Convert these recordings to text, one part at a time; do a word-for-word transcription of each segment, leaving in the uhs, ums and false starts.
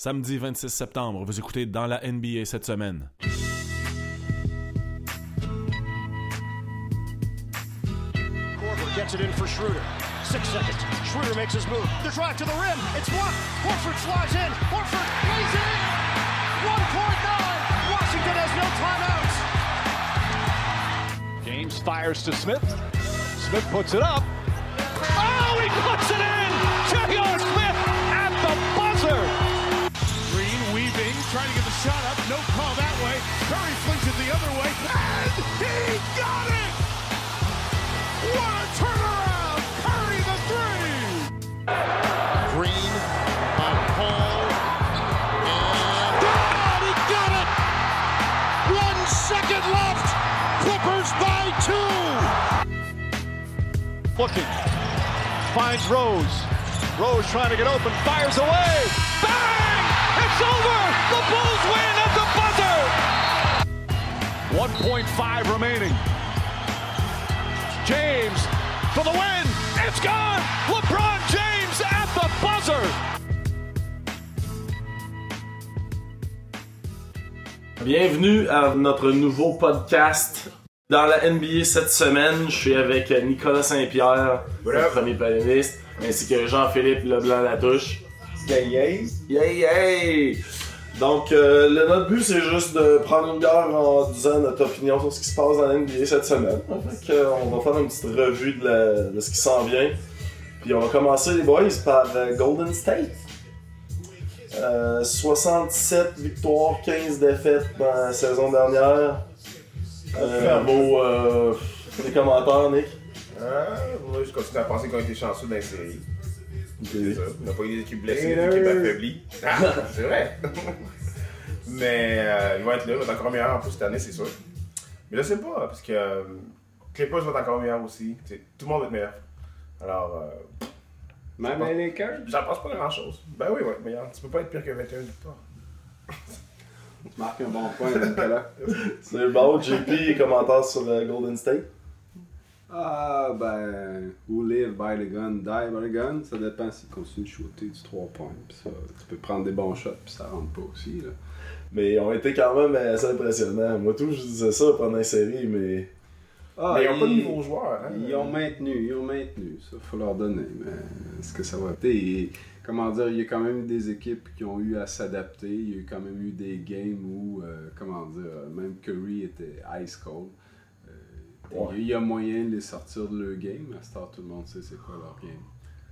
Samedi vingt-six septembre, vous écoutez Dans la N B A cette semaine. Korver gets it in for Schroeder. Six seconds. Schroeder makes his move. The drive to the rim. It's blocked. Horford slides in. Horford lays it in. one point nine. Washington has no timeouts. James fires to Smith. Smith puts it up. Oh, he puts it in! J R. Smith at the buzzer! Green weaving, trying to get the shot up. No call that way. Curry flings it the other way. And he got it! What a turnaround! Curry the three! Green on Paul. And God, he got it! One second left! Clippers by two! Looking. Finds Rose. Rose trying to get open. Fires away. Bang! It's over! The Bulls win at the buzzer! one point five remaining. James for the win. It's gone! LeBron James at the buzzer! Bienvenue à notre nouveau podcast dans la N B A cette semaine. Je suis avec Nicolas Saint-Pierre, le premier panéliste, ainsi que Jean-Philippe Leblanc-Latouche. Yay yay! Yay yay! Donc, euh, le, notre but, c'est juste de prendre une bière en disant notre opinion sur ce qui se passe dans la N B A cette semaine. Fait que, euh, on va faire une petite revue de, la, de ce qui s'en vient. Puis on va commencer, les boys, par euh, Golden State. Euh, soixante-sept victoires, quinze défaites dans la saison dernière. Euh, beau, euh, des commentaires, Nick? Ah, moi, je continue à penser qu'on a été chanceux dans les séries. Okay. C'est ça. On n'a pas eu des équipes blessées, des équipes affaiblies. Ah, c'est vrai! Mais euh, ils vont être là, ils vont être encore meilleurs en plus cette année, c'est sûr. Mais je sais pas, parce que euh, Clippers vont être encore meilleurs aussi. T'sais, tout le monde va être meilleur. Alors, euh, même les Lakers? J'en pense pas grand chose. Ben oui, ouais, meilleur. Tu peux pas être pire que vingt et un victoires. Tu marques un bon point, Nicolas. C'est bon, J P, commentaires sur euh, Golden State? Ah, ben, who live by the gun, die by the gun. Ça dépend s'il continue de shooter du trois points. Pis ça, tu peux prendre des bons shots, puis ça rentre pas aussi, là. Mais ils ont été quand même assez impressionnants. Moi, tout, je disais ça pendant la série, mais. Ah, mais ils n'ont ils, pas de nouveaux joueurs. Hein? Ils ont maintenu, ils ont maintenu. Ça, faut leur donner. Mais est-ce que ça va être. Et, comment dire, il y a quand même des équipes qui ont eu à s'adapter. Il y a quand même eu des games où, euh, comment dire, même Curry était ice cold. Euh, ouais. Il y a moyen de les sortir de leur game. À ce temps, tout le monde sait c'est quoi leur game.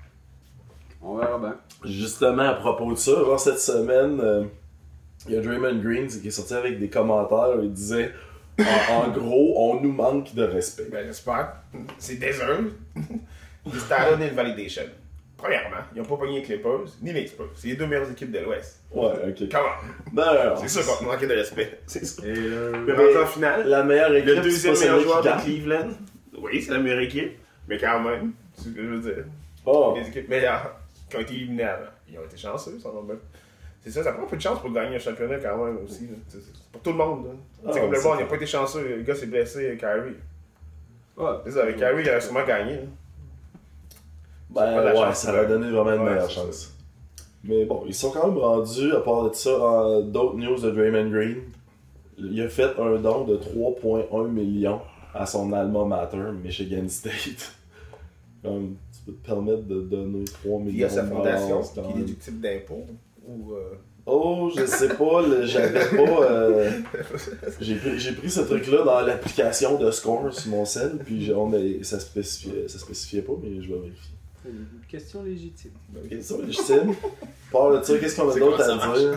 On verra bien. Justement, à propos de ça, genre cette semaine, euh, il y a Draymond Green qui est sorti avec des commentaires. Il disait. En, en gros, on nous manque de respect. Ben, j'espère. C'est désolé. C'était à donner une validation. Premièrement, ils n'ont pas pogné les Clippers ni les Spurs. C'est les deux meilleures équipes de l'Ouest. Ouais, ok. Comment? Non, non, non. C'est ça qu'on manquait de respect. C'est ça. Et euh, mais rendu en finale, la meilleure équipe, le deuxième meilleur joueur de gagne. Cleveland. Oui, c'est la meilleure équipe. Mais quand même, c'est ce que je veux dire. Oh. Les équipes meilleures qui ont été éliminées avant. Ils ont été chanceux, ça va bien. C'est ça, ça prend un peu de chance pour gagner un championnat quand même aussi. Là. C'est, c'est pour tout le monde. C'est ah, comme le bon, il n'a pas été chanceux, le gars s'est blessé, Kyrie. Ouais. C'est ça, avec Kyrie, il a sûrement gagné. Là. Ben ouais, chance, ça va donner vraiment une ouais, meilleure chance. Ça. Mais bon, ils sont quand même rendus, à part de ça, en d'autres news de Draymond Green. Il a fait un don de trois virgule un millions à son alma mater, Michigan State. Comme, tu peux te permettre de donner trois millions. Il y a sa fondation qui est déductible d'impôts. Ou euh... Oh, je sais pas, le, j'avais pas. Euh, j'ai, pris, j'ai pris ce truc-là dans l'application de Score sur mon cell, puis on a, ça, spécifiait, ça spécifiait pas, mais je vais vérifier. C'est une question légitime. Une question légitime. Par le tir, qu'est-ce qu'on a c'est d'autre à dire?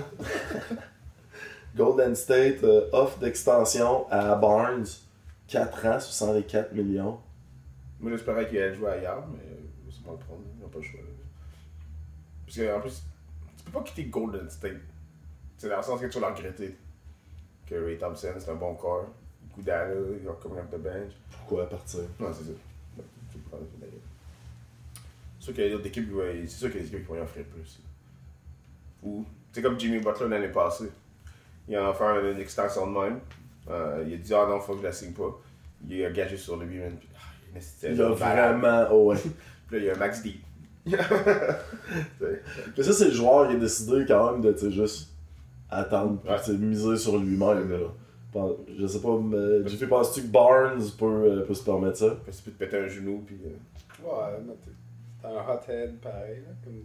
Golden State, euh, offre d'extension à Barnes, quatre ans, soixante-quatre millions. Moi, j'espérais qu'il allait jouer ailleurs, mais c'est pas le prendre, ils n'ont pas le choix. Parce qu'en plus, tu peux pas quitter Golden State. C'est dans le sens que tu vas le regretter. Que Ray Thompson, c'est un bon corps. Goudala, il va comme up the bench. Pourquoi partir? Non, c'est ça. Tu peux prendre le c'est sûr qu'il y a d'autres équipes, c'est sûr qu'il y a des équipes qui vont y offrir plus. Ou, c'est comme Jimmy Butler l'année passée. Il a offert une extension de même. Euh, il a dit, ah non, faut que je la signe pas. Il a gagé sur le huit. Puis, ah, il, il a vraiment, oh ouais. Puis là, il y a Max D. Mais ça, c'est le joueur qui a décidé quand même de, tu sais, juste attendre, Ouais. pis miser sur lui-même, là. Pen- Je sais pas, mais j'ai fait penser que Barnes peut, euh, peut se permettre ça. Parce que tu peux te péter un genou, puis. Euh... Ouais, mais t'es t'es un hothead pareil, là, comme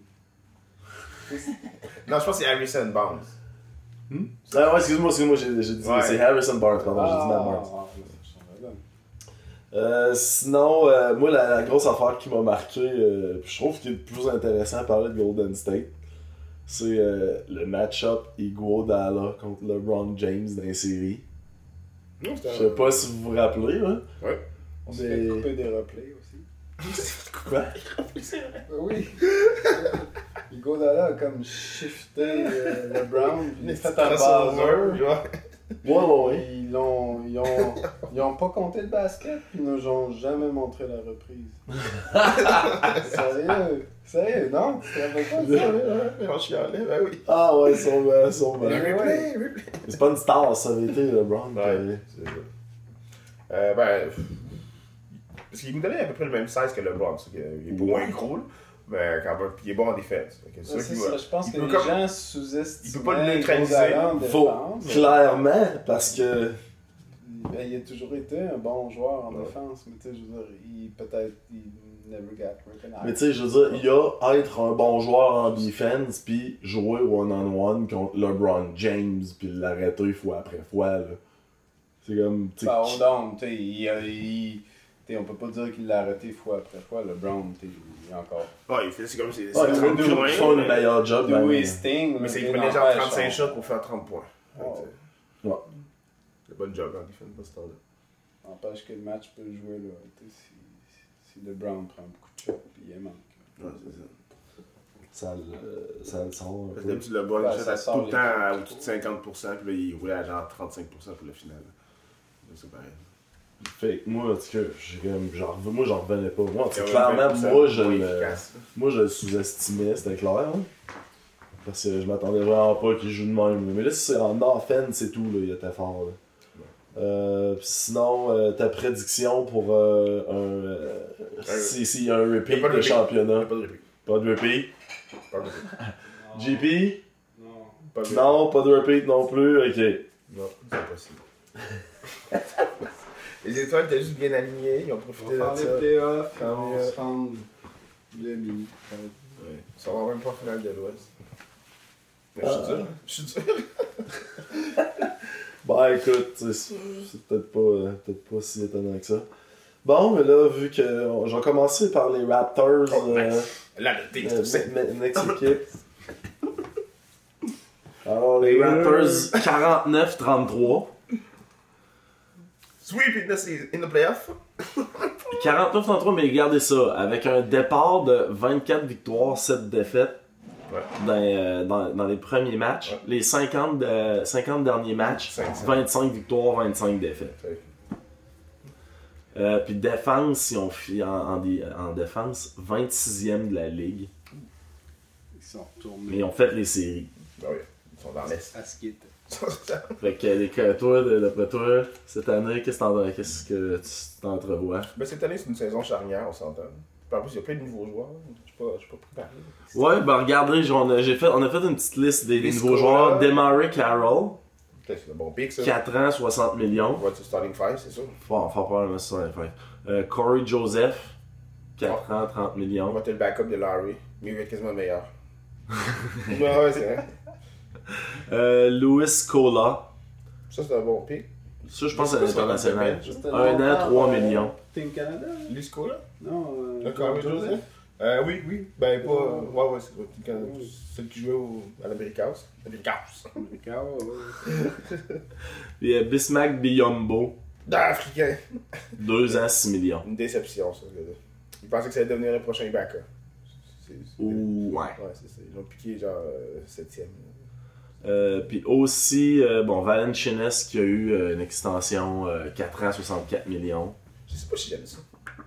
des... Non, je pense que c'est Harrison Barnes. Hmm? Ah ouais, excuse-moi, excuse-moi, j'ai, j'ai dit, Ouais. c'est Harrison Barnes, pardon, j'ai dit Matt Barnes. ah, je s'en vais là. Euh, sinon, euh, moi, la, la grosse affaire qui m'a marqué, euh, puis je trouve qu'il est plus intéressant à parler de Golden State, c'est euh, le match-up Iguodala contre LeBron James dans les séries. Non, Je sais pas si vous vous rappelez, là. Ouais. On se Mais- fait couper des replays aussi. Quoi? Ben oui. Iguodala a comme shifté euh, le Brown, puis il a fait un buzzer. Ouais. Ouais, ouais, ouais. Ils l'ont, ils ont, ils ont pas compté le basket, puis ils nous ont jamais montré la reprise. Sérieux, sérieux, non? Tu te rappelles pas de ça? Mais on chialait, ben oui. Ah ouais, ils sont bons, ils sont bons. Le replay, replay. C'est pas une star, ça avait été LeBron. Ouais, c'est ça. Euh, ben. Parce qu'il nous donnait à peu près le même size que LeBron. Il est moins gros, là. Mais quand même, puis il est bon en défense. Fait que Ouais, c'est ça c'est qui ça, va- je pense il que peut les comme- gens sous-estiment il peut pas le neutraliser. Iguodala en Faut, défense. clairement, parce que. Ben, il a toujours été un bon joueur en défense, mais tu sais, je veux dire, il peut-être, il never got recognized. Mais tu sais, je veux dire, il y a être un bon joueur en defense, puis jouer one-on-one contre LeBron James, puis l'arrêter fois après fois, là. C'est comme. tu sais, Bah, hold on, tu sais, il, a- il, tu sais, on peut pas dire qu'il l'a arrêté fois après fois, le Brown, tu sais, il est encore. Ouais, il fait, c'est comme si Ouais, c'est ils trente font- points. ils font une mais- meilleure job. Do ben, his thing, Mais c'est qu'il mais prenait genre n'empêche, trente-cinq on- shots pour faire trente points. Oh. Ouais. C'est pas le job en défense, pas ce temps-là. N'empêche que le match peut jouer là, tu sais, si, si le Brown prend beaucoup de shots, puis il manque. Ouais, c'est ça. Ça le, ça le sort un Parce que peu. d'habitude, le bon, Ouais, il ça fait sort tout le les temps à trucs. au-dessus de cinquante pour cent, puis là, il roulait à genre trente-cinq pour cent pour le final. Donc, c'est pareil. Fait que moi, en tout cas, j'ai comme, genre, moi j'en revenais pas. Moi, en tout cas, Il y a clairement, vingt pour cent moi je, moins le, efficace. moi je le sous-estimais, c'était clair. Hein? Parce que je m'attendais vraiment pas qu'il joue de même. Là. Mais là, si c'est en offense, c'est tout, là, il était fort. Là. Euh, pis sinon, euh, ta prédiction pour euh, un. Euh, si- S'il y a un Il y repeat a pas de de repeat. championnat. Pas de repeat. Pas de repeat. Pas de repeat. J P? Non. Pas de repeat. Non, pas de repeat non plus. Ok. Non, c'est impossible. Les étoiles étaient juste bien alignées, ils ont On profité va de faire ça. les playoffs, puis Tant on mieux. va se rendre demi. Ouais. Ils sont même pas en finale de l'Ouest. Mais je Ah. suis dur. Je suis dur. Bah écoute, c'est c'est peut-être pas, euh, peut-être pas si étonnant que ça. Bon, mais là, vu que on- je vais commencer par les Raptors, Oh, euh, nice. Là, le thé, euh, c'est ne- ne- next équipe. Alors, les Raptors quarante-neuf trente-trois. Sweep in the, season, in the playoff. quarante-neuf trente-trois, mais regardez ça, avec un départ de vingt-quatre victoires, sept défaites Ouais. dans, euh, dans, dans les premiers matchs. Ouais. Les cinquante, de- cinquante derniers matchs, cinq-cinq. vingt-cinq victoires, vingt-cinq défaites. Euh, puis défense, ils ont fait en, en, dé- en défense, vingt-sixième de la ligue. Ils sont Mais retournés ils ont fait les séries. Ah oui, ils sont dans l'Est. à skate. Fait que, les- que toi, de- d'après toi, cette année, qu'est-ce que, t'en- qu'est-ce que tu t'entrevois? Ben, cette année, c'est une saison charnière, on s'entend. Puis en plus, il y a plein de nouveaux joueurs. Je suis pas, je suis pas préparé. Ouais, ben regardez, j'en ai- j'ai fait, on a fait une petite liste des, des Les nouveaux scores, joueurs. là. Demary Carroll, Peut-être c'est un bon pick, ça. quatre ans, soixante millions. On va être sur starting five, c'est ça. Fort, fort probablement ça, ouais, ouais. Euh, Corey Joseph, quatre ans, trente On millions. va être le backup de Larry, mais il va être quasiment meilleur. Ouais, ouais, c'est vrai. Euh, Louis Cola, Ça, c'est un bon pick. ça je pense que c'est Ça, international. c'est Un an, trois millions. Team Canada? Lusco, là? Non, euh, D'accord, Joseph? Euh, oui, oui. Ben, pas. Ouais, ouais, c'est pas. Quand... Celle qui jouait au... à l'Americaus. L'Americaus. Ricardo, ouais. Puis euh, Bismack Biyombo, D'Africain. deux ans, six millions. Une déception, ça, ce gars-là. Il pensait que ça allait devenir le prochain backup. C'est- c'est- Ouh, ouais. Ouais, c'est ça. Ils l'ont piqué genre euh, septième. Euh, puis aussi, euh, bon, Valanciunas qui a eu euh, une extension euh, quatre ans, soixante-quatre millions. Je sais pas si j'aime ça.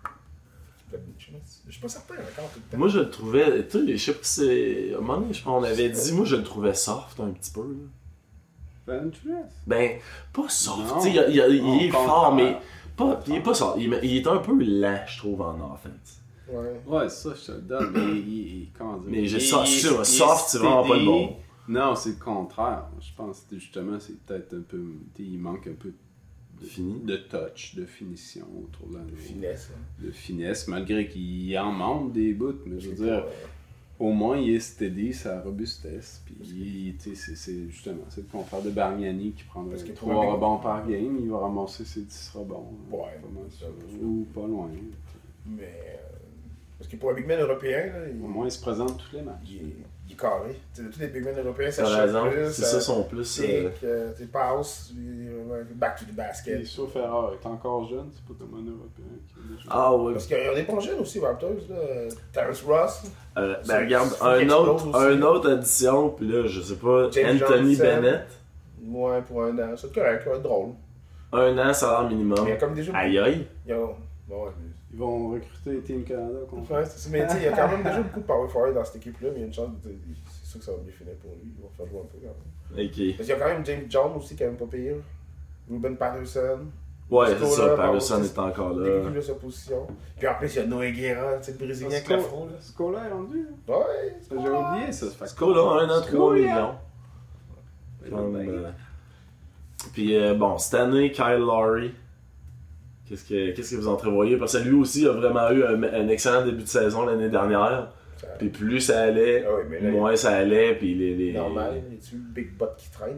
Je suis pas certain encore tout le temps. Moi, je le trouvais, tu sais, je sais pas si c'est. À un moment donné, je pense qu'on avait dit, moi, je le trouvais soft un petit peu. Là. Valanciunas? Ben, pas soft, Non. tu sais, il, il- il Au est contraire. fort, mais pas, il est pas soft. Il, il est un peu lent, je trouve, en offense. Ouais. Ouais, ça, je te le donne. Mais, il, il- comment dire? Mais j'ai il- ça, il- c'est sûr, il- soft, il- c'est vraiment pas le bon. Non, c'est le contraire. Je pense que justement, c'est peut-être un peu. Il manque un peu de, Fini. de touch, de finition autour de la Finesse. Hein. de finesse, malgré qu'il en manque des bouts. Mais je veux C'est dire, pas, au moins, il est steady, sa robustesse. Puis, il- tu sais, c'est, c'est justement, c'est le contraire de Bargnani qui prendrait Parce qu'il est trois trop rebonds par game. Il va ramasser ses dix rebonds. Ouais, pas mal c'est sûr, un peu ça. ou pas loin. Mais. euh, parce que pour un big man européen, là, il, Au moins, il se présente tous les matchs. il, est, il est carré. Tu sais, tous les big men européens, ça T'as shot raison, plus. c'est ça son plus. Tic, euh, euh, tu sais, passe, euh, back to the Et basket. sauf erreur, il est encore jeune, c'est pas comme un Européen qui est déjà. Ah ouais. Parce qu'il y a des bons jeunes aussi, Raptors, là. Terrence Ross. Euh, C'est- ben regarde, c'est un qu'il autre, explose aussi. un autre addition, puis là, je sais pas, James Anthony Johnson. Bennett, Ouais, pour un an. C'est correct, ça va être drôle. un an, salaire Mais il y minimum. a comme déjà. Aïe aïe. Il y a. Bon, ouais, Ils vont recruter Team Canada contre. Ouais, c'est ça. Mais tu sais, il y a quand même déjà beaucoup de power forward dans cette équipe-là, mais il y a une chance, de- c'est sûr que ça va bien finir pour lui. Il va faire jouer un peu quand même. Ok. Parce qu'il y a quand même James Jones aussi qui est même pas pire. Ruben Patterson. Ouais, Scola, c'est ça, bon, Patterson c'est- est encore Dès là. qu'il de sa position. Puis en plus, il y a Noé Guerra, tu sais, le Brésilien avec l'afro. là. Scola est rendu. hein. Ouais, Ça, J'ai oublié ça. ça fait Scola, un an, trois Scola. millions. Comme, euh, Puis euh, bon, cette année, Kyle Lowry. Qu'est-ce que, qu'est-ce que vous entrevoyez? Parce que lui aussi a vraiment eu un, un excellent début de saison l'année dernière. Ça- Puis plus ça allait, Ah oui, mais là, moins ça allait. Puis les, les... normal, il y a-tu le big bot qui traîne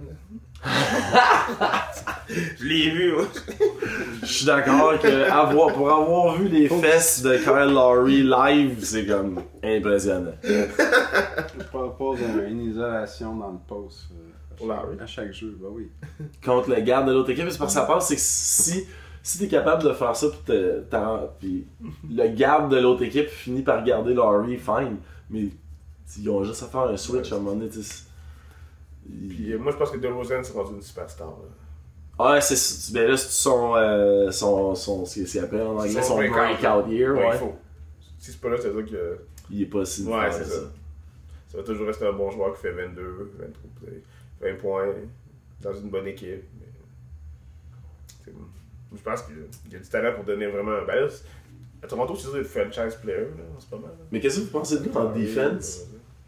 là? Je l'ai vu, moi. Je suis d'accord que avoir, pour avoir vu les fesses de Kyle Lowry live, c'est comme impressionnant. Je propose un- une isolation dans le post. euh, à Pour chaque- Larry? À chaque jeu, bah oui. Contre le garde de l'autre équipe, c'est parce que ça passe, c'est que si, si t'es capable de faire ça, puis, te- t'en- puis le garde de l'autre équipe finit par garder Lowry, fine. Mais ils ont juste à faire un switch à un moment donné. tu sais, ils- Puis euh, moi, je pense que DeRozan s'est rendu une superstar. Là. Ouais, c'est ben là, c'est son, euh, son, son, ce qu'il appelle en anglais, son, breakout, breakout year, Ouais, ouais. il faut. Si c'est pas là, ça veut dire que Il est pas si Ouais, fort c'est que ça. ça va toujours rester un bon joueur qui fait vingt-deux, vingt-trois, vingt points dans une bonne équipe. Mais, c'est bon. Je pense qu'il y a du talent pour donner vraiment un balance. À Toronto, c'est le franchise player, là, c'est pas mal. Là. Mais qu'est-ce que vous pensez de lui en defense,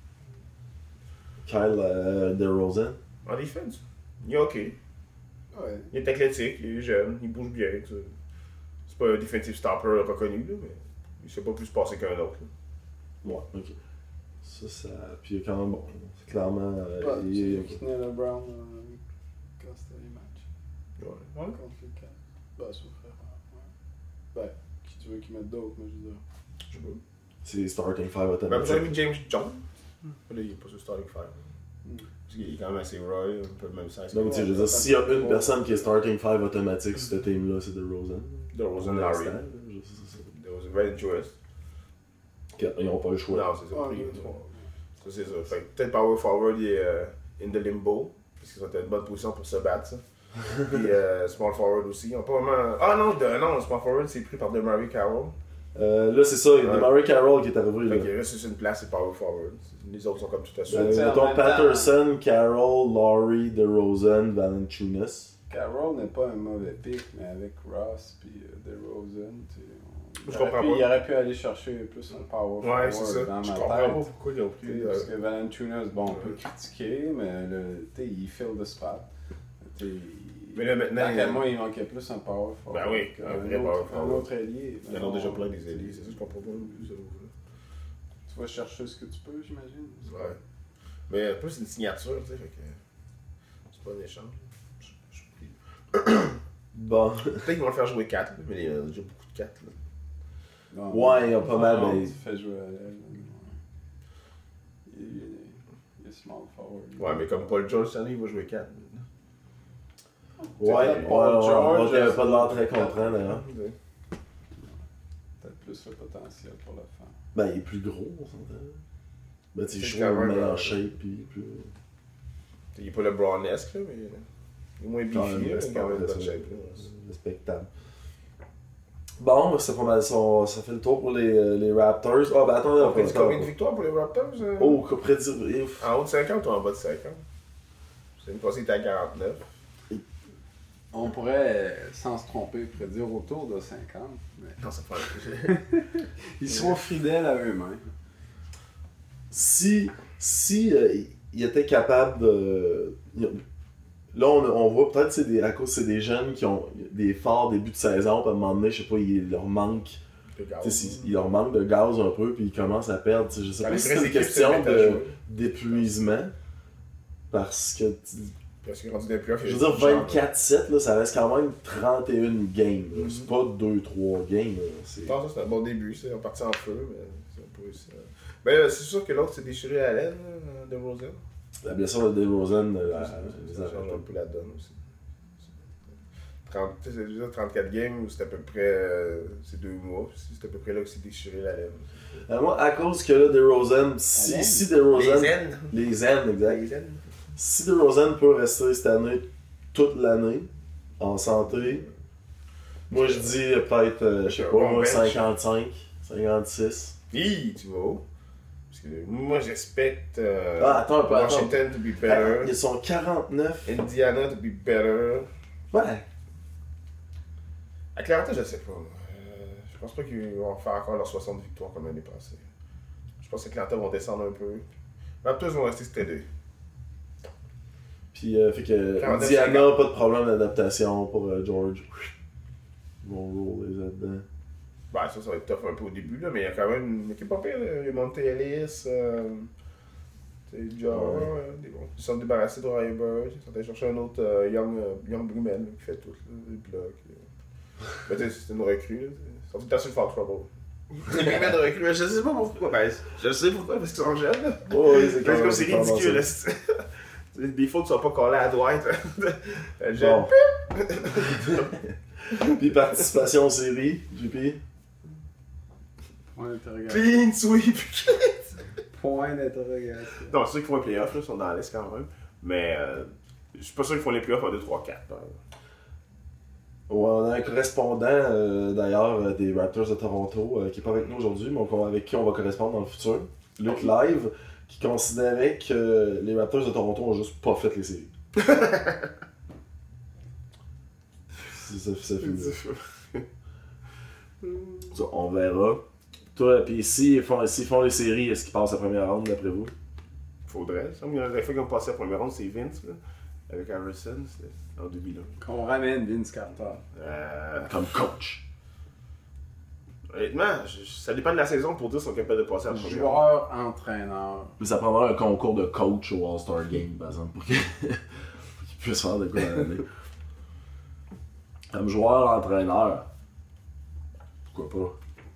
Kyle euh, DeRozan? En defense, il est ok. Ouais. Il est athlétique, il est jeune, il bouge bien. tu sais. C'est pas un defensive stopper reconnu, là, mais il sait pas plus se passer qu'un autre. Là. Ouais, ok. Ça, ça. Puis il est quand même bon. C'est clairement. euh, Ouais, il c'est est- lui qui tenait le Brown euh, quand c'était les matchs. Ouais. Contre les quatre. Bah, sauf erreur. Ouais. Ben, qui tu veux qu'ils mettent d'autres, mais je veux dire. Je sais pas. C'est starting five Ben, automatique. vous avez mis James Jones. Là, il est pas sur starting five. Mm. Parce qu'il est quand même assez roy, un peu le même size. Donc, tu sais, je veux dire, s'il y a une personne qui est starting five automatique sur ce team-là, c'est DeRozan. DeRozan, Pour Larry. l'instant, je- c'est ça. There was a red choice. Que- Ils n'ont pas le choix. Non, c'est ça. Ah, pris, oui, ça. ouais. Ça, c'est ça. Fait que peut-être Power Forward, il est euh, in the limbo. Parce qu'ils sont dans une bonne position pour se battre, ça. Puis euh, Small Forward aussi. Ils ont pas vraiment. Ah non, de, non, Small Forward, c'est pris par DeMarie Carroll. Euh, là, c'est ça, il y a Ouais. Murray Carroll qui est arrivé. Fait Là. qu'il reste juste une place, c'est Power Forward. Les autres sont comme tout à Euh, suite. Ouais. mettons en même temps- Patterson, Carroll, Lowry, DeRozan, Valanciunas. Carroll n'est pas un mauvais pick, mais avec Ross et euh, DeRozan, tu sais, on- Je il aurait comprends pu- pas. il aurait pu aller chercher plus un power Ouais, forward c'est ça. dans Je ma comprends tête. pas pourquoi ils ont pris. T'sais, euh, Parce que Valanciunas, bon, on peut critiquer, mais le, t'sais, il fill the spot. T'sais, Mais là, maintenant, tant il- qu'à moi, il manquait plus un power forward. Ben oui, qu'un un vrai autre- power Un forward. autre allié. Il y en a déjà plein des élites, c'est ça, je comprends pas. non plus, ça. Tu vas chercher ce que tu peux, j'imagine. Ouais. Mais un peu, c'est une signature, tu sais, fait que. C'est pas un échange. Je- je suis pris. Bon. Peut-être qu'ils vont le faire jouer quatre, mais il y a déjà beaucoup de quatre. Là. Non, Ouais, il y a pas mal, non, mais- Tu fais jouer à l'aile. Il est, il est small forward. Ouais, mais comme Paul George cette année, il va jouer quatre. Ouais, ouais, Paul on George, voit qu'il n'y avait pas de l'air très contraint d'ailleurs. Peut-être plus le potentiel pour le faire. Ben, il est plus gros, on s'entend. Ben, tu sais, C'est je quand trouve même, meilleure euh, shape, puis plus. Il est pas le Brown-esque, là, mais. Il est moins Quand beefy, même, là, c'est mais quand même pas- une bonne c'est- shape. là. Respectable. Bon, c'est pas mal, ça, ça fait le tour pour les, euh, les Raptors. Ah, ben attendez, On on fait peut combien de victoires pour les Raptors? euh? Oh, que prédire. En haut de cinquante ou en bas de cinquante? C'est une fois, il était à quarante-neuf. On pourrait, sans se tromper, prédire autour de cinquante. Mais... Non, c'est pas Ils seront fidèles à eux-mêmes. Si, si euh, ils étaient capables de... Là, on, on voit peut-être c'est des, à cause c'est des jeunes qui ont des forts débuts de saison, puis à un moment donné, je sais pas, il leur manque... Il leur manque de gaz un peu, puis ils commencent à perdre. Je sais pas si c'est une question de, d'épuisement, parce que... Parce qu'il est rendu des playoffs. Je veux dire, vingt-quatre sept, là, ça reste quand même trente et une games. Mm-hmm. C'est pas deux trois games. Là. C'est... Je pense que c'est un bon début. C'est... On est parti en feu, mais c'est un peu ça. Ben, c'est sûr que l'autre s'est déchiré la laine de Rosen. La blessure de DeRozan, euh, ça change un peu la donne aussi. trente, c'est déjà trente-quatre games où c'est à peu près euh, c'est deux mois. C'est à peu près là que c'est déchiré la laine. Euh, moi, à cause que là, DeRozan, si, si DeRozan. Les N. Les N, exact. Les N. Si DeRozan peut rester cette année, toute l'année, en santé, moi je dis peut-être, euh, je sais pas, moi, cinquante-cinq, cinquante-six. Hi, tu vois. Parce que moi j'expecte euh, ah, attends un peu, Washington attends. to be better. Ah, ils sont quarante-neuf. Indiana to be better. Ouais. Atlanta, je sais pas. Euh, je pense pas qu'ils vont faire encore leurs soixante victoires comme l'année passée. Je pense que Atlanta vont descendre un peu. Les Raptors vont rester steady. Puis, euh, fait que Indiana, pas de problème d'adaptation pour euh, George. Ils vont roller là-dedans. Ben, ça, ça va être tough un peu au début, là, mais il y a quand même une équipe pas pire. Il y a Monte Ellis, euh, John, ouais. euh, des bons. Ils sont débarrassés de Ryan Bird. Ils sont allés chercher un autre euh, Young, euh, Young Brumel qui fait tout, là, les blocs. Euh. Mais tu sais, c'est une recrue. Là. Ils sont tout le temps sur le Foul Trouble. Les Brumel de recrue, je sais pas pourquoi. Ben, je sais pourquoi, parce qu'ils sont jeunes. Là. Oh, oui, c'est comme c'est ridicule. Des fois, tu ne sois pas collé à droite. Bon. Puis participation aux séries, J P. Point d'interrogation. Clean sweep. Point d'interrogation. Non, c'est sûr qu'ils font les playoffs, là, ils sont dans l'Est quand même. Mais euh, je suis pas sûr qu'ils font les playoffs en deux, trois, quatre. Ouais, on a un correspondant euh, d'ailleurs euh, des Raptors de Toronto euh, qui n'est pas avec nous aujourd'hui, mais on, avec qui on va correspondre dans le futur. Luc Live, qui considérait que les Raptors de Toronto ont juste pas fait les séries. c'est ça, ça finit. Ça, on verra. Toi, puis s'ils font, s'ils font les séries, est-ce qu'ils passent la première ronde d'après vous? Faudrait. Ça, il y a des fois qu'ils ont passé la première ronde, c'est Vince, là, avec Harrison, c'était en deux mille un. Qu'on ramène Vince Carter. Euh... Comme coach. Honnêtement, je, ça dépend de la saison pour dire s'ils sont capables de passer à la première ronde. Joueur, entraîneur. Mais ça prendra un concours de coach au All-Star Game, par exemple, pour qu'il puisse faire de quoi dans l'année. Comme joueur, entraîneur. Pourquoi pas?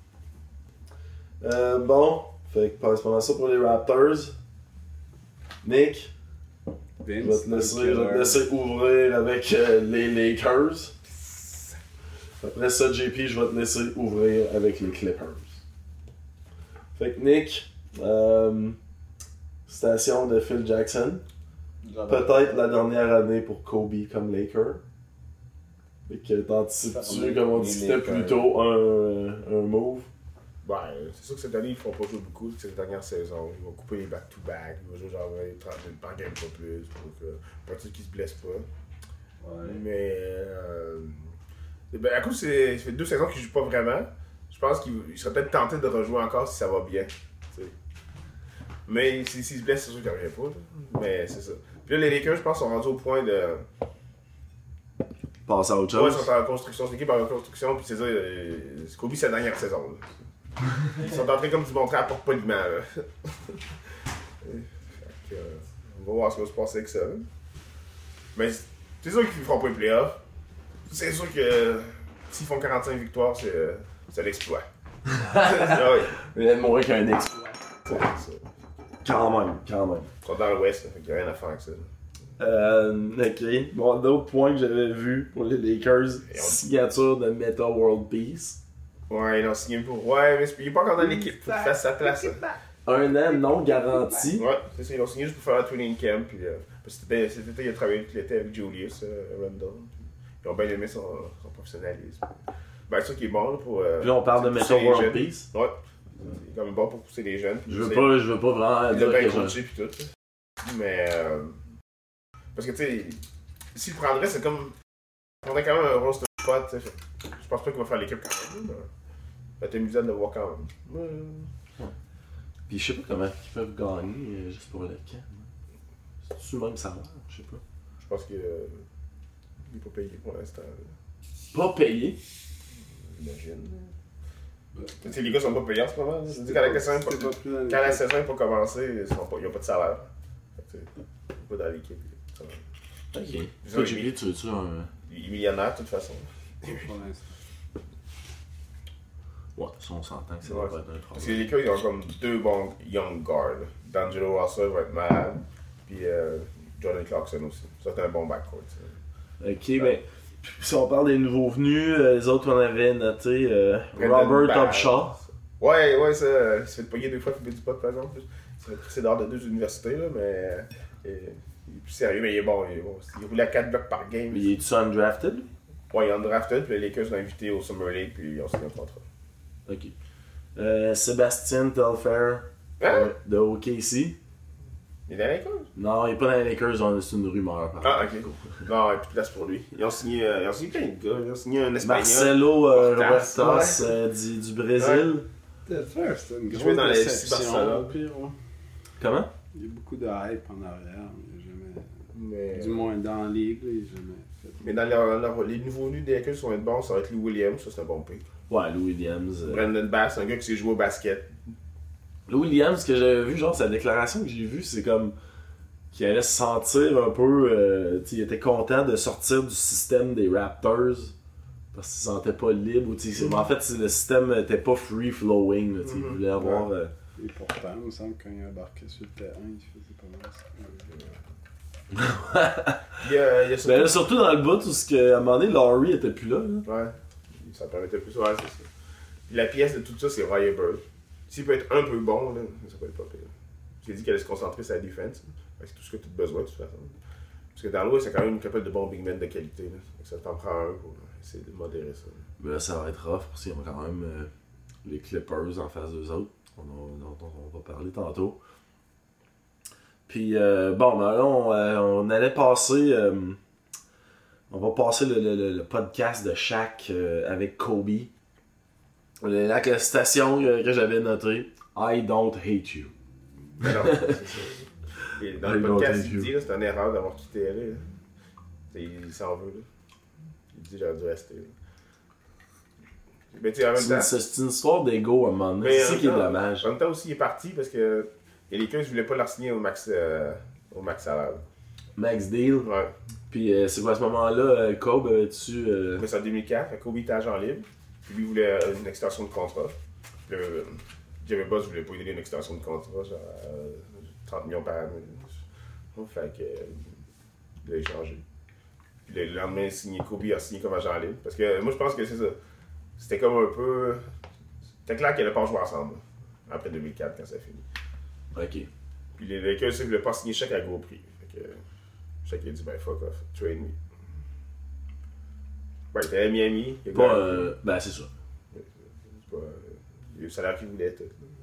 Euh, bon, fait que passe pendant ça pour les Raptors. Nick, Vince, je vais te laisser, je vais te laisser ouvrir avec euh, les Lakers. Après ça, J P, je vais te laisser ouvrir avec les Clippers. Fait que Nick, euh, station de Phil Jackson. Peut-être la dernière année pour Kobe comme Laker. Fait que t'anticipes-tu, comme on discutait plus tôt, un, un move? Ben, c'est sûr que cette année, ils ne feront pas jouer beaucoup, c'est la dernière saison. Ils vont couper les back-to-back, ils vont jouer genre trente minutes par game, pas plus, pour que peut-être qu'ils se blessent pas. Ouais. Mais, euh, ben, à cause, c'est, ça fait deux saisons qu'ils ne jouent pas vraiment. Je pense qu'ils seraient peut-être tentés de rejouer encore si ça va bien. T'sais. Mais s'ils si, si se blessent, c'est sûr qu'ils ne reviennent pas. Là. Mais c'est ça. Puis là, les Lakers, je pense, sont rendus au point de. Passer à autre chose. Ouais, ils sont en construction, c'est l'équipe en construction, puis c'est ça, euh, c'est Kobe, c'est la dernière saison. Là. Ils sont en train comme de se montrer à porte poliment. Là. Fait que, euh, on va voir ce qui va se passer avec ça. Là. Mais c'est sûr qu'ils ne feront pas les playoffs. C'est sûr que euh, s'ils font quarante-cinq victoires, c'est, euh, c'est l'exploit. Ah oui. Il y a moins qu'un exploit. C'est ça. Quand même, quand même. Ils sont dans l'Ouest, fait qu'il n'y a rien à faire avec ça. Là. Euh, ok. Bon, d'autres points que j'avais vus pour les Lakers, on... signature de Meta World Peace. Ouais, ils l'ont signé pour. Ouais, mais il n'est pas encore dans l'équipe pour faire sa place. Là. Un an non garanti. Ouais, c'est ça, ils l'ont signé juste pour faire la training camp. Puis, euh, parce que cet été, il a travaillé tout l'été avec Julius euh, Randle. Ils ont bien aimé son, son professionnalisme. Ben, c'est ça qui est bon là, pour. Euh, puis là, on parle de Meta World Peace. Ouais. C'est quand même bon pour pousser les jeunes. Je veux pas, je veux pas vraiment il dire a bien que coaché puis tout. Mais. Euh, parce que, tu sais, s'il le prendrait, c'est comme. On a quand même un roster spot, tu sais. Je pense pas qu'il va faire l'équipe quand même. Mais t'es amusant de le voir quand même. Ouais. Ouais. Puis je sais pas comment ils peuvent gagner euh, juste pour le camp. C'est-tu même salaire? Je sais pas. Je pense qu'il euh, n'est pas payé pour l'instant. Pas payé? J'imagine. Tu sais, les gars sont pas payés en ce moment. Je dis quand la saison quand la saison est pas commencée, ils n'ont pas de salaire. Fait que, pas dans l'équipe. Ok. Ils Toi, ont j'ai mis- tu veux-tu un. Il est millionnaire de toute façon. Pour l'instant. Ouais, ça on s'entend que ça Ouais. va pas être un Parce que problème. les gars, ils ont comme deux bons young guards. D'Angelo Russell va être malade. Puis euh, Jordan Clarkson aussi. Ça, c'est un bon backcourt. ça. Ok, ben. Si on parle des nouveaux venus, euh, les autres on avait noté euh, Brandon Robert Bass. Upshaw. Ouais, ouais, ça. euh, Il s'est fait payer deux fois pour du pot, par exemple. Il s'est fait presser dehors de deux universités, là, mais. euh, il est plus sérieux, mais il est bon. Il, est bon. Il roule à quatre blocs par game. Il est-tu undrafted? Ouais, il est undrafted, puis les Lakers l'ont invité au Summer League, puis ils ont signé un contrat. Ok. Euh, Sébastien Telfair Hein? euh, de O K C. Il est dans les Lakers? Non, il est pas dans les Lakers, on- c'est une rumeur. Par Ah, contre. ok. Non, il n'y a plus de place pour lui. Ils ont signé, euh, ils ont signé plein de gars. Ils ont signé un Espagnol. Marcelo euh, Portas, Huertas euh, du, du Brésil. Telfair, c'était une Il grosse jouait dans la F C déception. Barcelone. au pire, ouais. Comment? Il y a beaucoup de hype en arrière, mais jamais. Mais, Du moins dans la ligue, là, il n'a jamais fait. mais dans leur- leur- les nouveaux venus des Lakers qui vont être bons, ça va être Lou Williams, ça c'est un bon pick. Ouais, Lou Williams. euh. Brandon Bass, un gars qui sait jouer au basket. Lou Williams, ce que j'avais vu, genre, sa déclaration que j'ai vue, c'est comme qu'il allait se sentir un peu. Euh, tu sais, il était content de sortir du système des Raptors parce qu'il se sentait pas libre. Ou, tu sais, c'est- en fait, c'est- le système était pas free flowing. Là, tu sais, il Mhm. voulait avoir. euh, Et pourtant, il me semble que quand il embarquait sur le terrain, il faisait pas mal ça. Il y a, il y a surtout... Ben là, surtout dans le bout où, ce que, à un moment donné, Laurie était plus là. là. Ouais, ça permettait plus. Ouais, c'est ça. Puis la pièce de tout ça, c'est Ryan Bird. S'il peut être un peu bon, là, ça peut être pas pire. J'ai dit qu'elle allait se concentrer sur la défense. C'est tout ce que tu as besoin de toute façon. Parce que dans l'Ouest, c'est quand même une couple de bons big men de qualité. Là. Fait que ça t'en prend un pour essayer de modérer ça. Mais là, ça va être rough parce qu'ils ont quand même euh, les Clippers en face d'eux autres. On a- dont on, va parler tantôt. Puis, euh, bon, ben là, on, euh, on allait passer. euh, on va passer le, le- le- le podcast de Shaq euh, avec Kobe. La la citation que, que j'avais notée: I don't hate you. Mais non, c'est ça. Et dans le I podcast, don't hate il you. dit que c'est une erreur d'avoir quitté L A. là. Il, il s'en veut. Là. Il dit j'aurais dû rester. Là. Mais tu sais, en même C'est une, temps. c'est- c'est une histoire d'ego à un moment donné. Mais C'est en ça même qui est temps- dommage. En même temps aussi, il est parti parce que les Lakers ne voulaient pas leur signer au max, euh, au max salaire. Max Deal. Ouais. Puis, euh, c'est quoi à ce moment-là, euh, Kobe, avais-tu. euh, Mais c'est en deux mille quatre, fait que Kobe était agent libre. Puis lui voulait euh, une extension de contrat. Puis euh, Jimmy Boss voulait pas lui donner une extension de contrat, genre euh, trente millions par année. Fait que. Euh, il a échangé. Puis le lendemain, signé, Kobe a signé comme agent libre. Parce que moi, je pense que c'est ça. C'était comme un peu. C'était clair qu'ils n'allaient pas jouer ensemble. Après deux mille quatre, quand ça finit. Ok. Puis les Lakers, ils ne voulaient pas signer Shaq à gros prix. Fait que. Shaq a dit, ben fuck off, trade me. Ouais, il était à Miami. Il a Pas. gagné. euh, ben, c'est ça. C'est pas, euh, il a eu le salaire qu'il voulait, tout.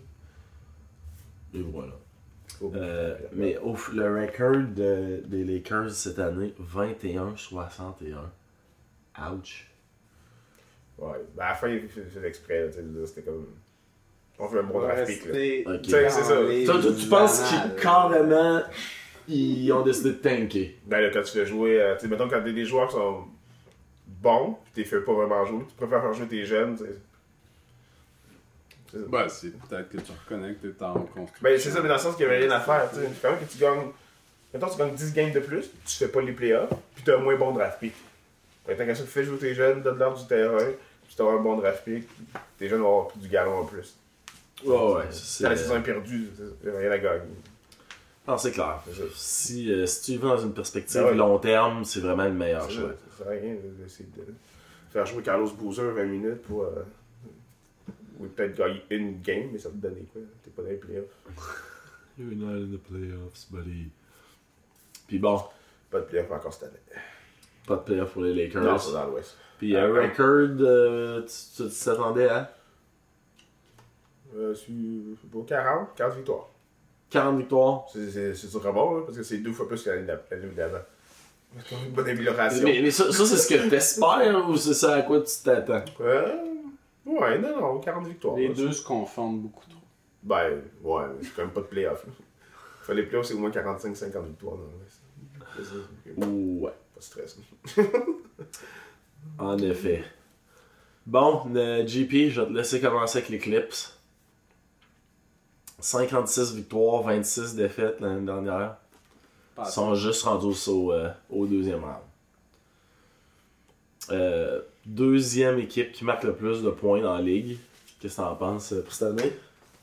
Et voilà. Kobe. Euh, mais ouf, le record de- des Lakers cette année, vingt et un soixante et un. Ouch. Ouais, ben à la fin, il faisait exprès, là, tu sais, c'était comme. On fait un bon draft pick, là. Rester Ok. Tu sais, c'est ça. dans Toi, toi, les tu penses qu'ils annales. carrément ils ont décidé de tanker? Ben là, quand tu fais jouer, euh, tu sais, mettons, quand t'as des joueurs qui sont bons, pis t'es fait pas vraiment jouer, tu préfères faire jouer tes jeunes, tu sais. C'est ça. Ouais, c'est peut-être que tu reconnais que t'es en construction. Ben c'est ça, mais dans le sens qu'il y avait rien à faire, tu sais. Quand même que tu gagnes. Mettons, tu gagnes dix games de plus, tu fais pas les playoffs, pis t'as un moins bon draft pick. Fait que tant qu'à ça, tu fais jouer tes jeunes, donne-leur du terrain, pis t'auras un bon draft pick, tes jeunes vont avoir du galon en plus. Ouais, ouais. Quand C'est, la saison est perdue, il n'y a rien à gagner. non, c'est clair. C'est ça. Si, euh, si tu y vas dans une perspective Ah ouais. long terme, c'est vraiment le meilleur C'est choix. ça, ça sert à rien d'essayer de faire jouer Carlos Boozer vingt minutes pour. Euh, ou peut-être gagner une game, mais ça te donne quoi? T'es pas dans les playoffs. You're not in the playoffs, buddy. Puis bon, Pas de playoffs encore cette année. pas de playoffs pour les Lakers. Non, c'est dans l'Ouest. Puis Ah, un ouais. record, euh, tu tu t'attendais à Euh, sur pour quarante, quarante victoires. quarante victoires. C'est, c'est, c'est très bon, là, parce que c'est deux fois plus que l'année d'a- l'année d'avant. Une bonne amélioration. Mais, mais ça, ça c'est ce que t'espères ou c'est ça à quoi tu t'attends? Euh, ouais, non, non, quarante victoires. Les là, deux se confondent beaucoup trop. Ben, ouais, mais c'est quand même pas de playoff. Fait les playoffs, c'est au moins quarante-cinq cinquante victoires. Non, ouais, c'est... Ouais. Pas de stress. En effet. Bon, le G P, je vais te laisser commencer avec les Clips. cinquante-six victoires, vingt-six défaites l'année dernière. Ils sont juste rendus au, euh, au deuxième round. Euh, deuxième équipe qui marque le plus de points dans la ligue. Qu'est-ce que t'en penses euh, pour cette année?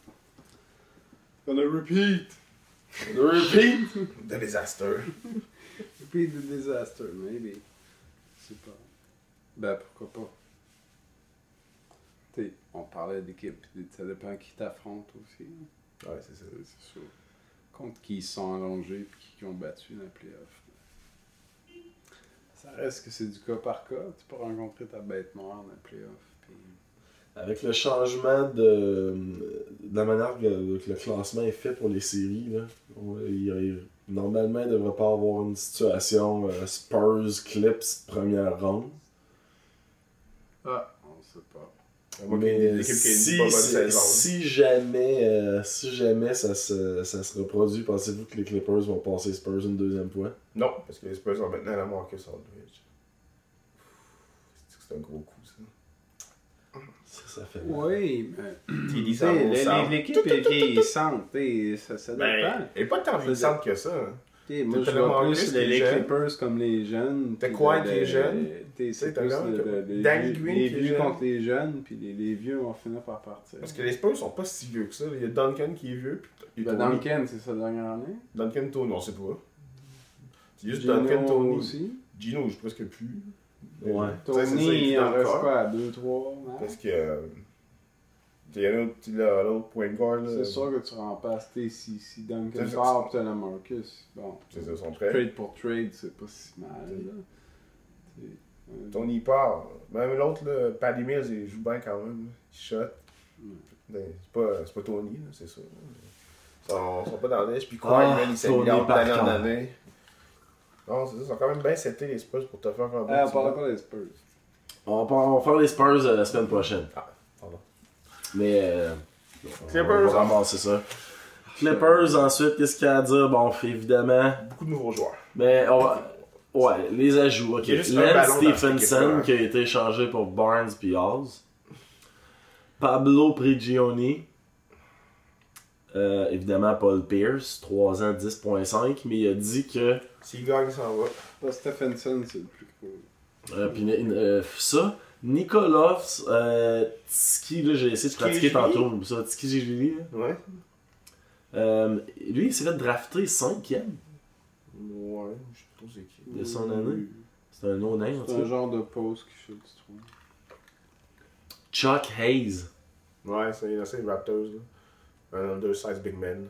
Gonna repeat! Le repeat! The disaster. Repeat the disaster, maybe. Je sais pas. Ben, pourquoi pas. T'sais, on parlait d'équipe, ça dépend qui t'affronte aussi. Ouais, c'est ça. C'est sûr. Contre qui ils sont allongés et qui ont battu dans les playoffs. Ça reste que c'est du cas par cas. Tu peux rencontrer ta bête noire dans les playoffs. Puis... Avec le changement de, de la manière que, que le classement est fait pour les séries, là, ouais, il, il, normalement, il ne devrait pas avoir une situation euh, Spurs-Clips première ronde. Ah, on sait pas. Moi, qu'il y ait Mais des équipes qui si, aient pas bonne si, saison. si jamais, euh, si jamais ça, se, ça se reproduit, pensez-vous que les Clippers vont passer Spurs une deuxième fois? Non, parce que les Spurs sont maintenant à la Marcus Aldridge. C'est un gros coup, ça. Ça, ça fait mal. Oui, mais. T D T'sais, le- ça le- L'équipe est vieillissante. t'sais, Ça, ça dépend. Ben, elle est pas tant vieillissante que ça. T'sais, moi, t'as je le vois Marcus plus qui les, est les jeune. Clippers comme les jeunes. T'as puis quoi le- qui est jeune? t'sais, C'est T'as plus là, le- t'as- le- les Danny vieux- Green les qui est vieux jeune. contre les jeunes, puis les, les vieux vont finir par partir. Parce que les Spurs sont pas si vieux que ça. Il y a Duncan qui est vieux. Puis Ben, Tony. Duncan, c'est sa dernière année. Duncan, Tony, on sait pas. C'est juste Gino Duncan, Tony. aussi. Gino, je sais presque plus. Ouais. Ça, c'est ça, Tony, il en dans le reste corps. quoi, à deux trois Parce que. euh, Il y a l'autre là, l'autre point guard. là. C'est sûr que tu remplaces, t'sais, si, si Duncan C'est ça, part c'est- pis t'as la Marcus. Bon, C'est ça, son trait. trade pour trade, c'est pas si mal. Là. T'sais, euh, Tony part. Même l'autre, là, Paddy Mills, il joue bien quand même. Il shot. Ben, c'est pas, c'est pas Tony, là, c'est ça. Ils sont, ils sont pas dans l'âge. Puis quoi, Ah, il s'améliore Tony d'année en Parker. année. Non, c'est ça, ils sont quand même bien setés les Spurs pour te faire un bon Ah, on petit parle match. pas des Spurs. On va, on va faire les Spurs euh, la semaine prochaine. Ah, pardon. Mais euh, Clippers. on va ramasser ça. Clippers, ensuite, qu'est-ce qu'il y a à dire? Bon, évidemment, Beaucoup de nouveaux joueurs. mais on va... Ouais, les ajouts. Ok. Il y a juste un Lance ballon dans cette Stephenson équipe-là. qui a été échangé pour Barnes puis Halls. Pablo Prigioni. Euh, évidemment, Paul Pierce, trois ans, dix virgule cinq, mais il a dit que. S'il gagne, il s'en va. Pas Stephenson, c'est le plus cool. Euh, puis, euh, ça, Nicolas euh, Tski, là, j'ai essayé de pratiquer Tskijvili? tantôt. Ça, Tskijvili, là. Ouais. Euh, lui, il s'est fait drafter cinquième Ouais, je sais pas trop c'est qui. de son année. C'est un no-name, en C'est tout un cas. genre de pause qui fait du trou. Chuck Hayes. Ouais, c'est il a les Raptors, là. Un undersized big man.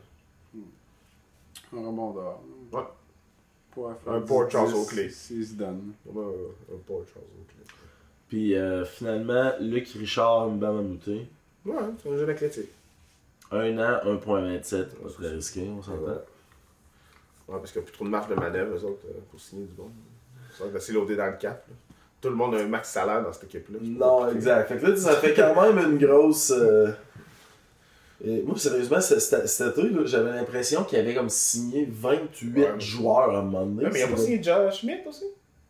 Un rebondeur. Ouais. Pour faire Un dix, Port Charles dix, Oakley. s'il se donne. Comme un, un Paul Charles Oakley. Puis euh, finalement, Luc Richard Mbamamouté. Ouais, c'est un jeune athlétique. Un an, un virgule vingt-sept. Pas très risqué, on s'entend. Ouais. Ouais, parce qu'il n'y a plus trop de marge de manœuvre, eux autres, euh, pour signer du bon. C'est vrai que c'est loadé dans le cap. Là. Tout le monde a un max salaire dans cette équipe-là. Non, exact. Fait que là, ça fait quand même une grosse. euh, Et moi, sérieusement, c- cet cet été, là, j'avais l'impression qu'il avait comme signé vingt-huit Ouais. joueurs à un moment donné. Ouais, mais il a pas C'est- signé Josh Schmidt aussi?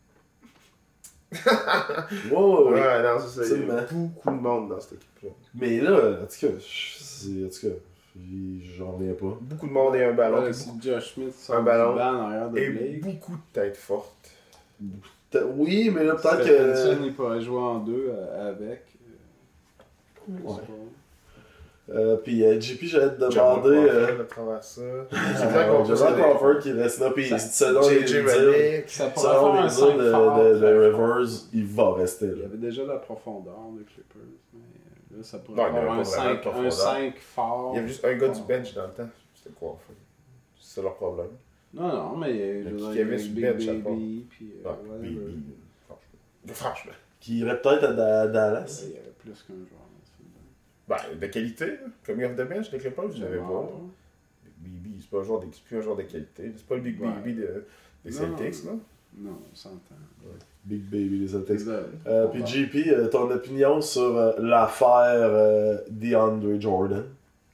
Ouais, ouais, ouais. Ouais, non, c'est ça. Il y a Absolument. beaucoup de monde dans cette équipe-là. Mais là, en tout cas, je- c'est- en tout cas, j'y- j'en reviens pas. Beaucoup de monde et un ballon. Ouais, puis si beaucoup- Josh Smith sort un du ballon. banc en arrière de et Blake. beaucoup de têtes fortes. T'as- Oui, mais là, peut-être Stephenson, que. il pourrait jouer en deux euh, avec. euh, je sais Ouais. pas. Euh, puis euh, J P, j'allais te demander. Jamal euh, Crawford à travers ça. C'est euh, vrai qu'on peut Jamal se Crawford qui reste là, puis Ça- selon les J J dires, Redick. Ça pourrait selon faire un les cinq dires de, fort, de, de très fort. Rivers, il va rester Il y là. avait déjà de la profondeur de Clippers, mais euh, là ça pourrait Non, il y avait avoir pas un vraiment de cinq, profondeur. un cinq fort. Il y avait juste un gars du fort. bench dans le temps. C'était quoi, en fait? C'est leur problème. Non, non, mais je veux qui dire, avait avec sur Big bench, à Baby, puis euh, Ouais, whatever. Baby, franchement. Franchement. Qui irait peut-être à Da- Dallas. Il y avait plus qu'un joueur. dans ce film. Ben, de qualité, là. Comme il y a de bench, les Clippers, je n'avais pas. Non. Big B B, c'est pas un joueur de, c'est plus un joueur de qualité. C'est pas le Big Ouais. B B de, des Non, Celtics, non. là. Non, on s'entend. Big Baby, les Celtics. Exact. Euh, Puis J P, euh, ton opinion sur euh, l'affaire euh, DeAndre Jordan?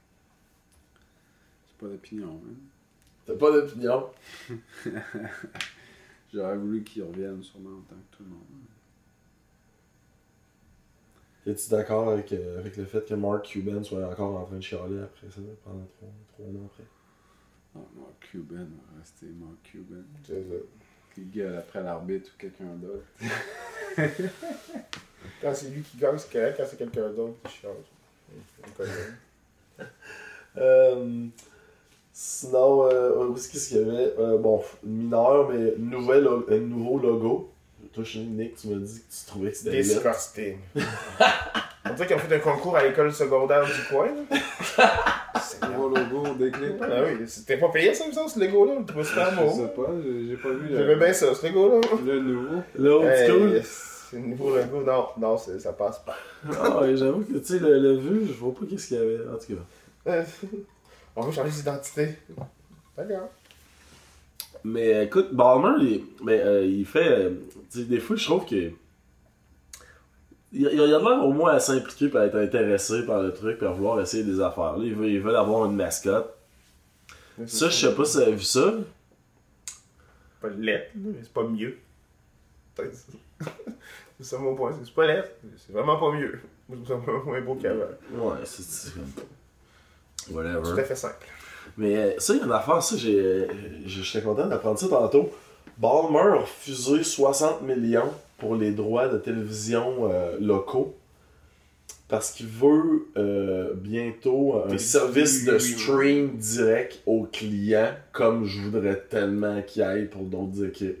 J'ai pas d'opinion, hein. T'as pas d'opinion? J'aurais voulu qu'il revienne sûrement en tant que tout le monde. Es-tu d'accord avec, euh, avec le fait que Mark Cuban soit encore en train de chialer après ça, pendant trois, trois mois après? Ah, Mark Cuban va rester Mark Cuban. C'est ça. Il gueule après l'arbitre ou quelqu'un d'autre. Quand c'est lui qui gagne, c'est correct. Quand c'est quelqu'un d'autre qui change. On connaît. Euh, sinon, euh, où est-ce qu'il y avait? Euh, bon, mineur, mais nouvel lo- un nouveau logo. Toi, Nick, tu m'as dit que tu trouvais que c'était laid. Disgusting. On dirait qu'ils ont fait un concours à l'école secondaire du coin. Là. Gros logo des Clippers. Ah oui, c'était pas payé ça, me semble, ce logo-là. Tu peux se faire Je beau. sais pas, j'ai j'ai pas vu le, J'aimais bien ça, ce logo-là. le nouveau. Là, old Hey, school. c'est le nouveau logo. Non, non, c'est- ça passe pas. Ah ouais, j'avoue que, tu sais, le, le vu, je vois pas qu'est-ce qu'il y avait, en tout cas. Euh, On veut changer d'identité. D'accord. Mais écoute, Ballmer, il, mais, euh, il fait. Euh, tu sais, des fois, je trouve que. Il, il a l'air au moins à s'impliquer et à être intéressé par le truc et à vouloir essayer des affaires. Là, ils veulent, ils veulent avoir une mascotte. Ça, je sais pas si tu as vu ça. Pas lettre, mais c'est pas mieux. Peut-être ça. C'est ça mon point. C'est pas lettre, c'est vraiment pas mieux. Moi, je trouve ça vraiment moins beau qu'avant. Ouais, c'est. c'est comme. Tout Whatever. à fait simple. Mais euh, ça, il y a une affaire, ça, j'ai, euh, j'étais content d'apprendre ça tantôt. Ballmer a refusé soixante millions pour les droits de télévision euh, locaux parce qu'il veut euh, bientôt un Des- service de oui, oui, oui. stream direct aux clients comme je voudrais tellement qu'il y ait pour d'autres équipes.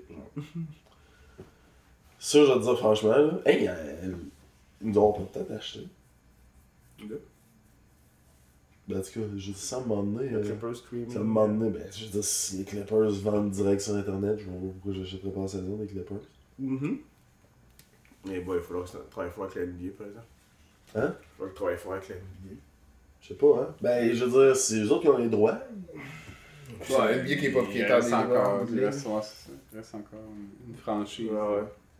Ça, je vais te dire franchement, là, hey, euh, ils nous auront peut-être acheté. Là. Ben, en tout cas, j'ai dit ça à un moment donné. euh, Clippers streaming. Ça m'a donné, ben, je veux dire, si les Clippers vendent direct sur Internet, je vois pas pourquoi j'achèterais pas la saison des Clippers. Mhm. Mais bon, il faudra que ça travaille fort avec la N B A, par exemple. Hein? Il faudra que travaille fort avec la N B A. Je sais pas, hein? Ben, je veux dire, c'est eux autres qui ont les droits. C'est la N B A qui est pas il propriétaire reste des encore, droits. il reste, ouais, c'est ça. Il reste encore une, une franchise. Ouais,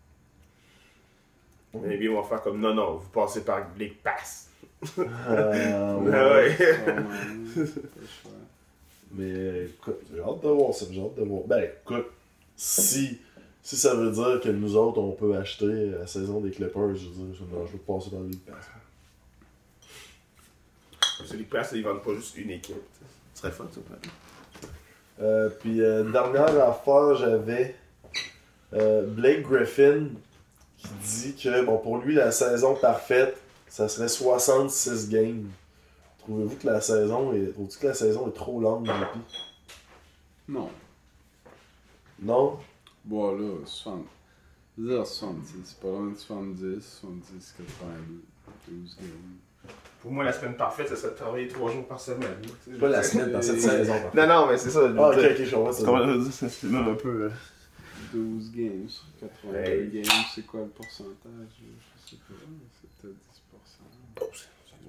ouais. La N B A va faire comme non, non, vous passez par League Pass. Euh, Ah ouais. ouais. Sûrement, c'est pas le choix. Mais écoute, j'ai hâte de voir ça, j'ai hâte de voir. Ben, écoute, si, si ça veut dire que nous autres, on peut acheter la saison des Clippers, je veux dire, je, non, je veux passer dans le League Pass. Parce que League Pass, ils vendent pas juste une équipe. Ce serait fun, ça, peut-être. Euh, puis, euh, dernière affaire, j'avais euh, Blake Griffin qui dit que, bon, pour lui, la saison parfaite, ça serait soixante-six games. Trouvez-vous que la saison est, trouvez-vous que la saison est trop longue, J P? Non. Non? Bon, là, soixante. Je veux dire soixante-dix, c'est pas loin de soixante-dix, soixante-dix, quatre-vingt-douze games. Pour moi, la semaine parfaite, ça serait de travailler trois jours par semaine. C'est pas la semaine dans cette saison. par contre. Non, non, mais c'est ça. Ah, ok, ok, je comprends ça. ça. C'est même un peu. euh, douze games sur quatre-vingt-deux Hey. games, c'est quoi le pourcentage? Je sais pas, c'est peut-être dix pour cent. oh, c'est-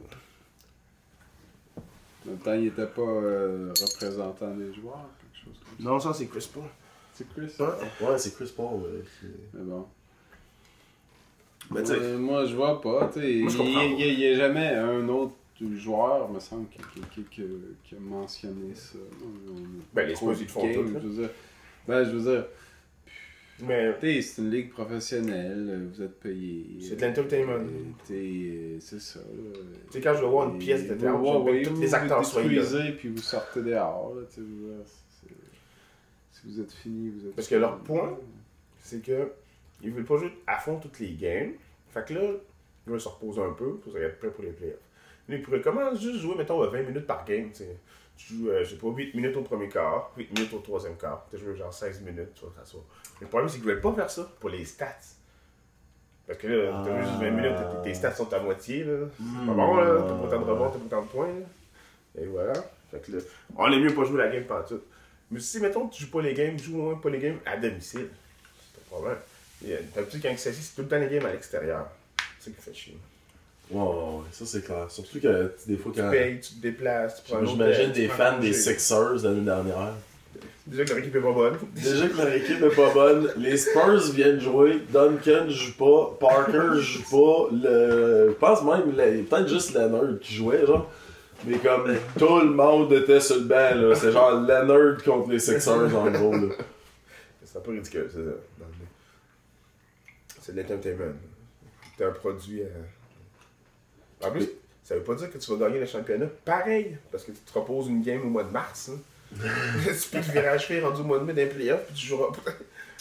En même temps, il était pas euh, représentant des joueurs, quelque chose comme ça. Non, ça, c'est Chris Paul. C'est Chris? Ouais, c'est Chris Paul. euh, qui- Mais bon. Mais tu sais- Euh, moi, je vois pas, tu sais. Il Moi, je comprends il- il- il y a jamais un autre joueur, me semble, qui, qui, qui, qui, qui a mentionné ça. On- on- Ben, les trop Spurs, ils le font de tout, games, là. je veux dire. Ben, je veux dire, Mais tu sais, c'est une ligue professionnelle, vous êtes payé. c'est de l'entertainment. Euh, tu sais, c'est ça. là. Tu sais, quand je veux voir une pièce de théâtre, Ouais, j'aime bien ouais, que tous vous les acteurs vous soient là. détruisez, puis vous sortez dehors. Là, tu sais, vous- c'est- si vous êtes fini, vous êtes Parce que leur point, c'est que ils veulent pas jouer à fond toutes les games. Fait que là, ils veulent se reposer un peu pour être prêts pour les playoffs. Là, ils pourraient comment juste jouer, mettons, vingt minutes par game. T'sais. Tu joues, euh, je sais pas, huit minutes au premier quart, huit minutes au troisième quart. Tu joues genre seize minutes, tu vas t'asseoir. Le problème, c'est qu'ils veulent pas faire ça pour les stats. Parce que là, t'as juste vingt minutes, tes- tes stats sont à moitié. Là. C'est pas bon, là. T'as pas autant de rebonds, t'as pas autant de points. Là. Et voilà. Fait que là, on est mieux pas jouer la game par tout. Mais si, mettons, tu joues pas les games, joue au moins pas les games à domicile. C'est pas de problème. Et, euh, D'habitude, quand il s'agit, c'est tout le temps les games à l'extérieur. C'est ça qui fait chier. Ouais, ouais, ouais, ça c'est clair. Surtout que des fois, Tu quand. payes, tu te déplaces, tu prends un J'imagine hôtel, des tu prends fans un des congé. Sixers l'année dernière. Déjà que leur équipe est pas bonne. Déjà que leur équipe est pas bonne, les Spurs viennent jouer, Duncan joue pas, Parker joue pas, le... je pense même, le... peut-être juste Leonard qui jouait, genre. Mais comme tout le monde était sur le banc, là. C'est genre Leonard contre les Sixers en gros, là. C'est un peu ridicule, c'est ça. C'est de l'entertainment. T'es un produit. Euh... En plus, oui. Ça veut pas dire que tu vas gagner le championnat pareil, parce que tu te reposes une game au mois de mars. Hein. Tu peux te virer à cheville rendu au mois de mai d'un playoff, puis tu joueras pas.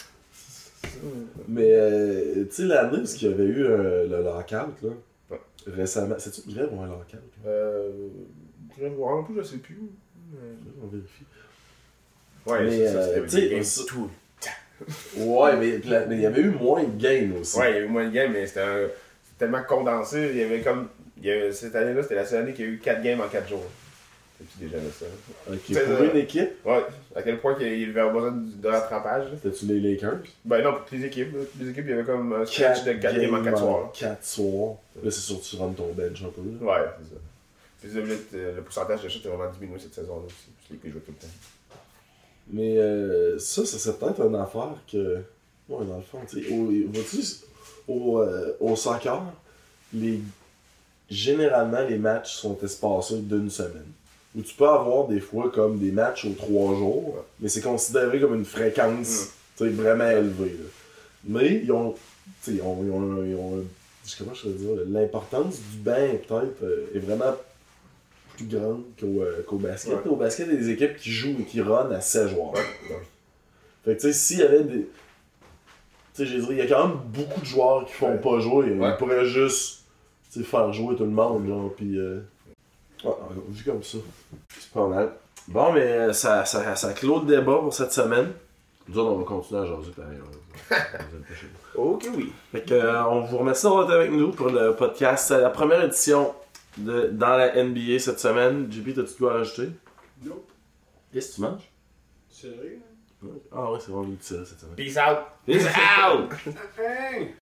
Mais, euh, tu sais, l'année, parce qu'il y avait eu euh, le lockout, là, ouais. Récemment. C'est-tu une grève ou un lockout? Euh. Grève, en plus, je sais plus. Mais... On vérifie. Ouais, mais, ça, euh, c'était ça... tout. Ouais, mais mais il y avait eu moins de games aussi. Ouais, il y avait eu moins de games, mais c'était un... tellement condensé. Il y avait comme. Il y avait... Cette année-là, c'était la seule année qu'il y a eu quatre games en quatre jours. C'est déjà ça. Ok, pour une équipe? Ouais. À quel point il y avait besoin de rattrapage. C'était-tu les Lakers? Ben non, pour toutes les équipes. Toutes les équipes, il y avait comme un stretch de quatre games en quatre soirs. quatre soirs. Là, c'est sûr que tu rentres ton bench un peu. Là. Ouais, c'est ça. Puis le, le pourcentage de chute est vraiment diminué cette saison-là aussi. Je l'ai joué tout le temps. Mais euh, ça, ça serait peut-être une affaire que. Ouais, dans le fond, tu sais. Au, vois-tu, au, euh, au soccer, les... généralement, les matchs sont espacés d'une semaine. Où tu peux avoir des fois comme des matchs aux trois jours, ouais. Mais c'est considéré comme une fréquence mm. tu sais, vraiment élevée. Là. Mais ils ont. Tu sais, ils ont, ils ont, ils ont comment je veux dire, l'importance du banc peut-être euh, est vraiment plus grande qu'au, euh, qu'au basket. Ouais. Au basket, il y a des équipes qui jouent et qui run à sept joueurs. Ouais. Ouais. Fait que tu sais, s'il y avait des. Tu sais, je veux dire, il y a quand même beaucoup de joueurs qui font ouais. pas jouer. Ouais. Ils pourraient juste faire jouer tout le monde, genre, pis. Euh... Ouais, vu comme ça. C'est pas mal. Bon, mais ça, ça, ça clôt le débat pour cette semaine. Nous autres, on va continuer à jaser pareil. Ok, oui. Fait que, euh, on vous remercie d'avoir été avec nous pour le podcast. C'est la première édition de dans la N B A cette semaine. J P, t'as-tu de quoi rajouter? Non. Qu'est-ce que tu manges? Sérieux? Ah ouais, c'est vraiment utile cette semaine. Peace out! Peace out!